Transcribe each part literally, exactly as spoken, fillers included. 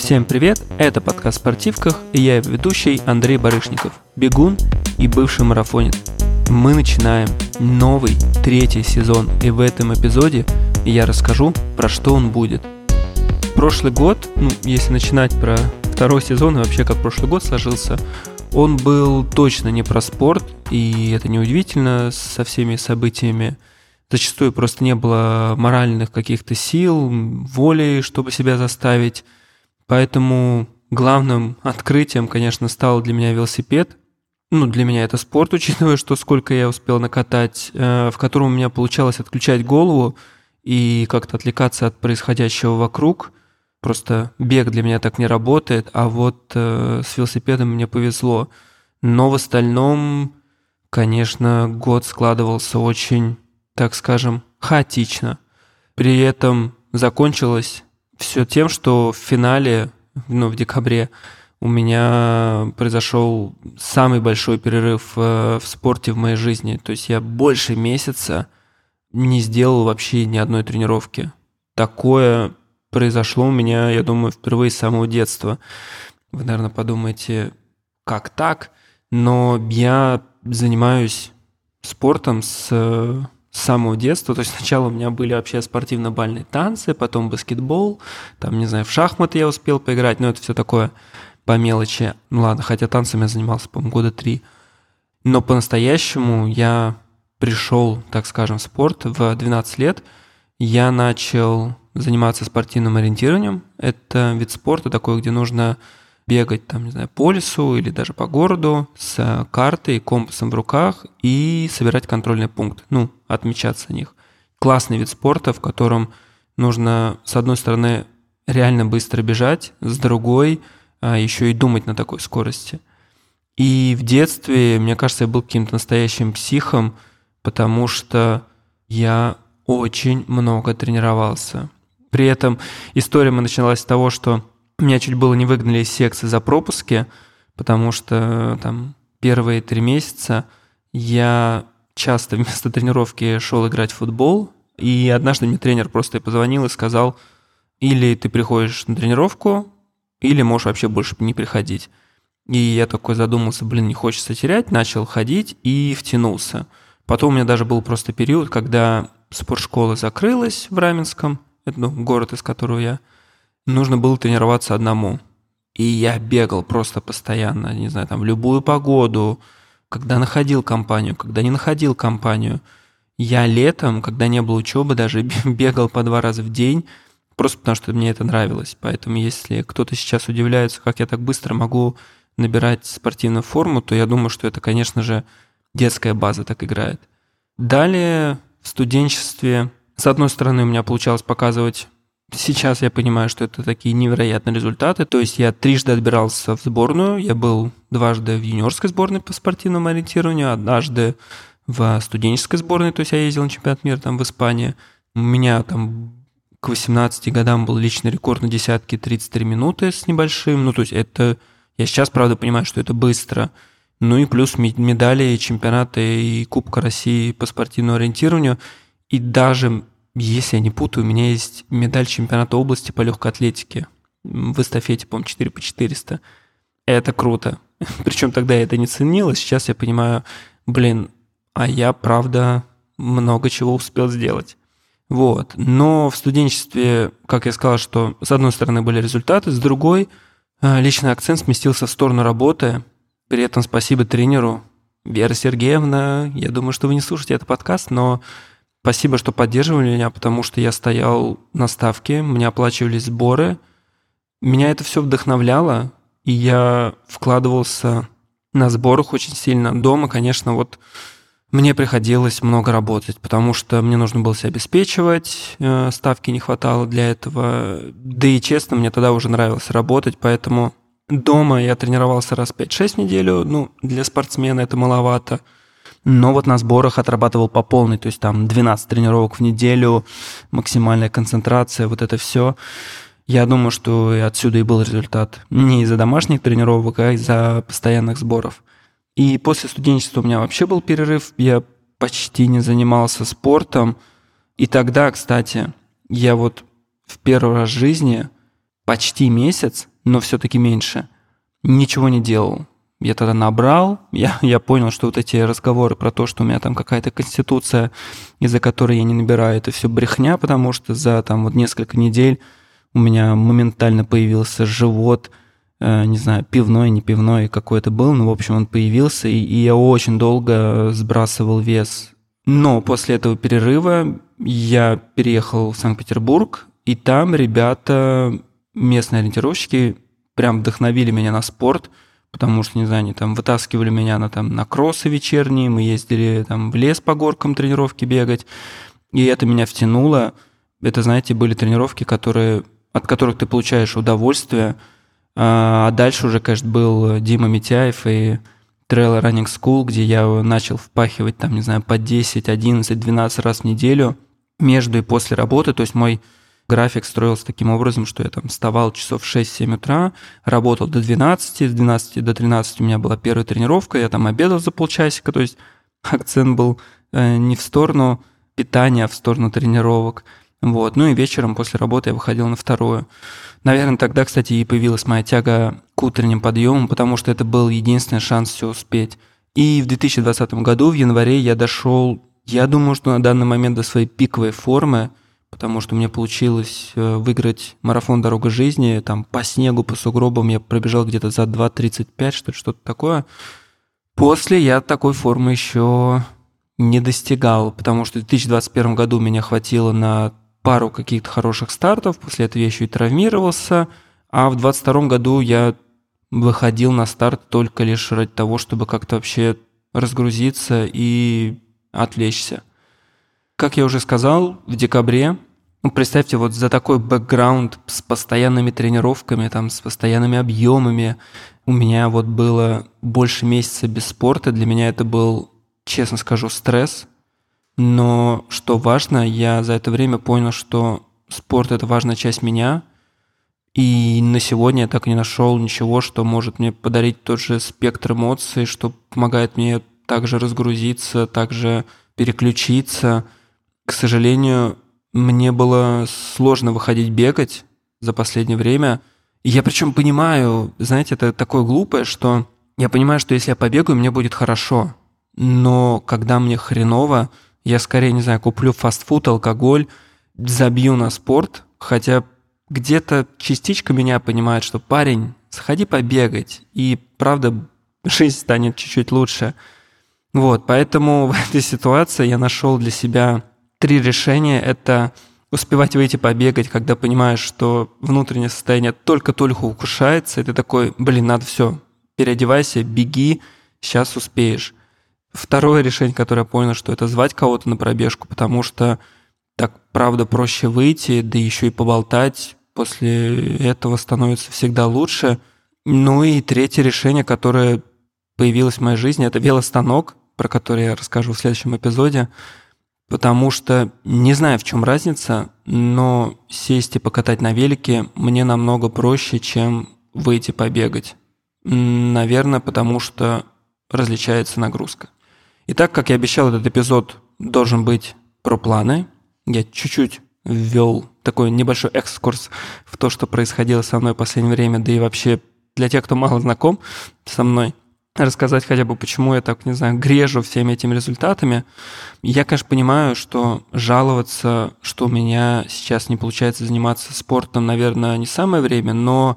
Всем привет, это подкаст «В спортивках» и я его ведущий Андрей Барышников, бегун и бывший марафонец. Мы начинаем новый, третий сезон, и в этом эпизоде я расскажу, про что он будет. Прошлый год, ну, если начинать про второй сезон и вообще как прошлый год сложился, он был точно не про спорт, и это неудивительно со всеми событиями. Зачастую просто не было моральных каких-то сил, воли, чтобы себя заставить. Поэтому главным открытием, конечно, стал для меня велосипед. Ну, для меня это спорт, учитывая, что сколько я успел накатать, в котором у меня получалось отключать голову и как-то отвлекаться от происходящего вокруг. Просто бег для меня так не работает, а вот с велосипедом мне повезло. Но в остальном, конечно, год складывался очень, так скажем, хаотично. При этом закончилось все тем, что в финале, ну, в декабре, у меня произошел самый большой перерыв в спорте в моей жизни. То есть я больше месяца не сделал вообще ни одной тренировки. Такое произошло у меня, я думаю, впервые с самого детства. Вы, наверное, подумаете, как так? Но я занимаюсь спортом с... с самого детства, то есть сначала у меня были вообще спортивно-бальные танцы, потом баскетбол, там, не знаю, в шахматы я успел поиграть, но это все такое по мелочи. Ну ладно, хотя танцами я занимался, по-моему, года три. Но по-настоящему я пришел, так скажем, в спорт в двенадцать лет. Я начал заниматься спортивным ориентированием. Это вид спорта такой, где нужно бегать, там, не знаю, по лесу или даже по городу с картой и компасом в руках и собирать контрольный пункт, ну, отмечаться на них. Классный вид спорта, в котором нужно, с одной стороны, реально быстро бежать, с другой а, еще и думать на такой скорости. И в детстве, мне кажется, я был каким-то настоящим психом, потому что я очень много тренировался. При этом история моя началась с того, что меня чуть было не выгнали из секции за пропуски, потому что там первые три месяца я часто вместо тренировки шел играть в футбол, и однажды мне тренер просто позвонил и сказал: или ты приходишь на тренировку, или можешь вообще больше не приходить. И я такой задумался, блин, не хочется терять, начал ходить и втянулся. Потом у меня даже был просто период, когда спортшкола закрылась в Раменском, это ну, город, из которого я, нужно было тренироваться одному. И я бегал просто постоянно, не знаю, там в любую погоду, когда находил компанию, когда не находил компанию. Я летом, когда не было учебы, даже бегал по два раза в день, просто потому что мне это нравилось. Поэтому если кто-то сейчас удивляется, как я так быстро могу набирать спортивную форму, то я думаю, что это, конечно же, детская база так играет. Далее в студенчестве, с одной стороны, у меня получалось показывать. Сейчас я понимаю, что это такие невероятные результаты. То есть я трижды отбирался в сборную. Я был дважды в юниорской сборной по спортивному ориентированию, однажды в студенческой сборной. То есть я ездил на чемпионат мира там в Испании. У меня там к восемнадцати годам был личный рекорд на десятке тридцать три минуты с небольшим. Ну, то есть это... Я сейчас, правда, понимаю, что это быстро. Ну и плюс медали чемпионата и Кубка России по спортивному ориентированию. И даже... Если я не путаю, у меня есть медаль чемпионата области по легкой атлетике. В эстафете, по-моему, четыре по четыреста. Это круто. Причем тогда я это не ценил, а сейчас я понимаю, блин, а я, правда, много чего успел сделать. Вот. Но в студенчестве, как я сказал, что с одной стороны были результаты, с другой личный акцент сместился в сторону работы. При этом спасибо тренеру. Вера Сергеевна, я думаю, что вы не слушаете этот подкаст, но... Спасибо, что поддерживали меня, потому что я стоял на ставке, мне оплачивались сборы. Меня это все вдохновляло, и я вкладывался на сборах очень сильно. Дома, конечно, вот мне приходилось много работать, потому что мне нужно было себя обеспечивать, ставки не хватало для этого. Да и честно, мне тогда уже нравилось работать, поэтому дома я тренировался раз пять-шесть в неделю. Ну, для спортсмена это маловато. Но вот на сборах отрабатывал по полной, то есть там двенадцать тренировок в неделю, максимальная концентрация, вот это все. Я думаю, что и отсюда и был результат. Не из-за домашних тренировок, а из-за постоянных сборов. И после студенчества у меня вообще был перерыв, я почти не занимался спортом. И тогда, кстати, я вот в первый раз в жизни почти месяц но все-таки меньше. Ничего не делал. Я тогда набрал, я, я понял, что вот эти разговоры про то, что у меня там какая-то конституция, из-за которой я не набираю, это все брехня, потому что за там вот несколько недель у меня моментально появился живот, э, не знаю, пивной, не пивной, какой это был, но, в общем, он появился, и, и я очень долго сбрасывал вес. Но после этого перерыва я переехал в Санкт-Петербург, и там ребята, местные ориентировщики, прям вдохновили меня на спорт, потому что, не знаю, они там вытаскивали меня на, там, на кроссы вечерние, мы ездили там в лес по горкам тренировки бегать, и это меня втянуло. Это, знаете, были тренировки, которые, от которых ты получаешь удовольствие, а дальше уже, конечно, был Дима Митяев и Trail Running School, где я начал впахивать там, не знаю, по десять, одиннадцать, двенадцать раз в неделю между и после работы, то есть мой график строился таким образом, что я там вставал часов в шесть-семь утра, работал до двенадцати, с двенадцати до тринадцати у меня была первая тренировка, я там обедал за полчасика, то есть акцент был э, не в сторону питания, а в сторону тренировок. Вот. Ну и вечером после работы я выходил на вторую. Наверное, тогда, кстати, и появилась моя тяга к утренним подъемам, потому что это был единственный шанс все успеть. И в две тысячи двадцатом году, в январе, я дошел, я думаю, что на данный момент до своей пиковой формы, потому что мне получилось выиграть марафон «Дорога жизни», там по снегу, по сугробам я пробежал где-то за два тридцать пять, что-то, что-то такое. После я такой формы еще не достигал, потому что в две тысячи двадцать первом году меня хватило на пару каких-то хороших стартов, после этого я еще и травмировался, а в двадцать втором году я выходил на старт только лишь ради того, чтобы как-то вообще разгрузиться и отвлечься. Как я уже сказал, в декабре, ну, представьте, вот за такой бэкграунд с постоянными тренировками, там, с постоянными объемами, у меня вот было больше месяца без спорта. Для меня это был, честно скажу, стресс. Но, что важно, я за это время понял, что спорт – это важная часть меня. И на сегодня я так и не нашел ничего, что может мне подарить тот же спектр эмоций, что помогает мне также разгрузиться, также переключиться. К сожалению, мне было сложно выходить бегать за последнее время. И я причем понимаю, знаете, это такое глупое, что я понимаю, что если я побегаю, мне будет хорошо. Но когда мне хреново, я скорее, не знаю, куплю фастфуд, алкоголь, забью на спорт, хотя где-то частичка меня понимает, что парень, сходи побегать, и правда жизнь станет чуть-чуть лучше. Вот, поэтому в этой ситуации я нашел для себя три решения. Это успевать выйти побегать, когда понимаешь, что внутреннее состояние только-только ухудшается, и ты такой, блин, надо все, переодевайся, беги, сейчас успеешь. Второе решение, которое я понял, что это звать кого-то на пробежку, потому что так, правда, проще выйти, да еще и поболтать, после этого становится всегда лучше. Ну и третье решение, которое появилось в моей жизни, это велостанок, про который я расскажу в следующем эпизоде. Потому что не знаю, в чем разница, но сесть и покатать на велике мне намного проще, чем выйти побегать. Наверное, потому что различается нагрузка. Итак, как я обещал, этот эпизод должен быть про планы. Я чуть-чуть ввел такой небольшой экскурс в то, что происходило со мной в последнее время, да и вообще для тех, кто мало знаком со мной, рассказать хотя бы, почему я так, не знаю, грежу всеми этими результатами. Я, конечно, понимаю, что жаловаться, что у меня сейчас не получается заниматься спортом, наверное, не самое время, но,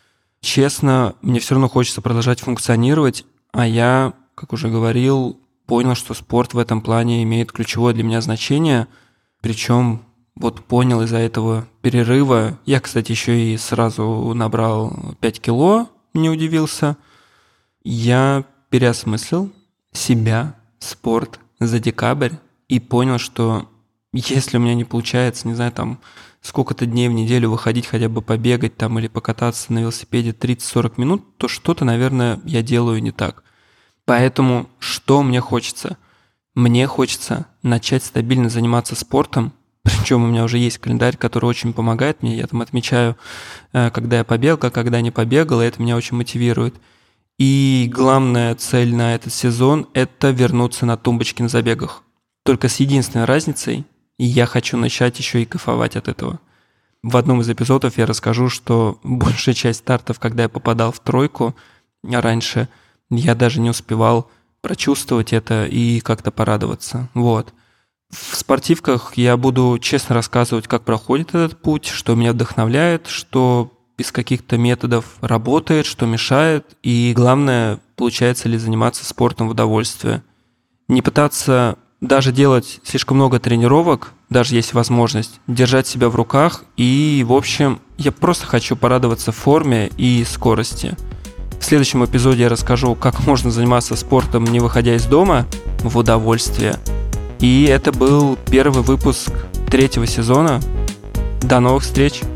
честно, мне все равно хочется продолжать функционировать, а я, как уже говорил, понял, что спорт в этом плане имеет ключевое для меня значение, причем вот понял из-за этого перерыва. Я, кстати, еще и сразу набрал пять кило, не удивился. Я переосмыслил себя, спорт за декабрь и понял, что если у меня не получается, не знаю, там сколько-то дней в неделю выходить хотя бы побегать там или покататься на велосипеде тридцать-сорок минут, то что-то, наверное, я делаю не так. Поэтому что мне хочется? Мне хочется начать стабильно заниматься спортом, причем у меня уже есть календарь, который очень помогает мне, я там отмечаю, когда я побегал, когда не побегал, и это меня очень мотивирует. И главная цель на этот сезон – это вернуться на тумбочки на забегах. Только с единственной разницей, и я хочу начать еще и кайфовать от этого. В одном из эпизодов я расскажу, что большая часть стартов, когда я попадал в тройку раньше, я даже не успевал прочувствовать это и как-то порадоваться. Вот. В спортивках я буду честно рассказывать, как проходит этот путь, что меня вдохновляет, что без каких-то методов работает, что мешает, и главное, получается ли заниматься спортом в удовольствие. Не пытаться даже делать слишком много тренировок, даже есть возможность, держать себя в руках, и, в общем, я просто хочу порадоваться форме и скорости. В следующем эпизоде я расскажу, как можно заниматься спортом, не выходя из дома, в удовольствие. И это был первый выпуск третьего сезона. До новых встреч!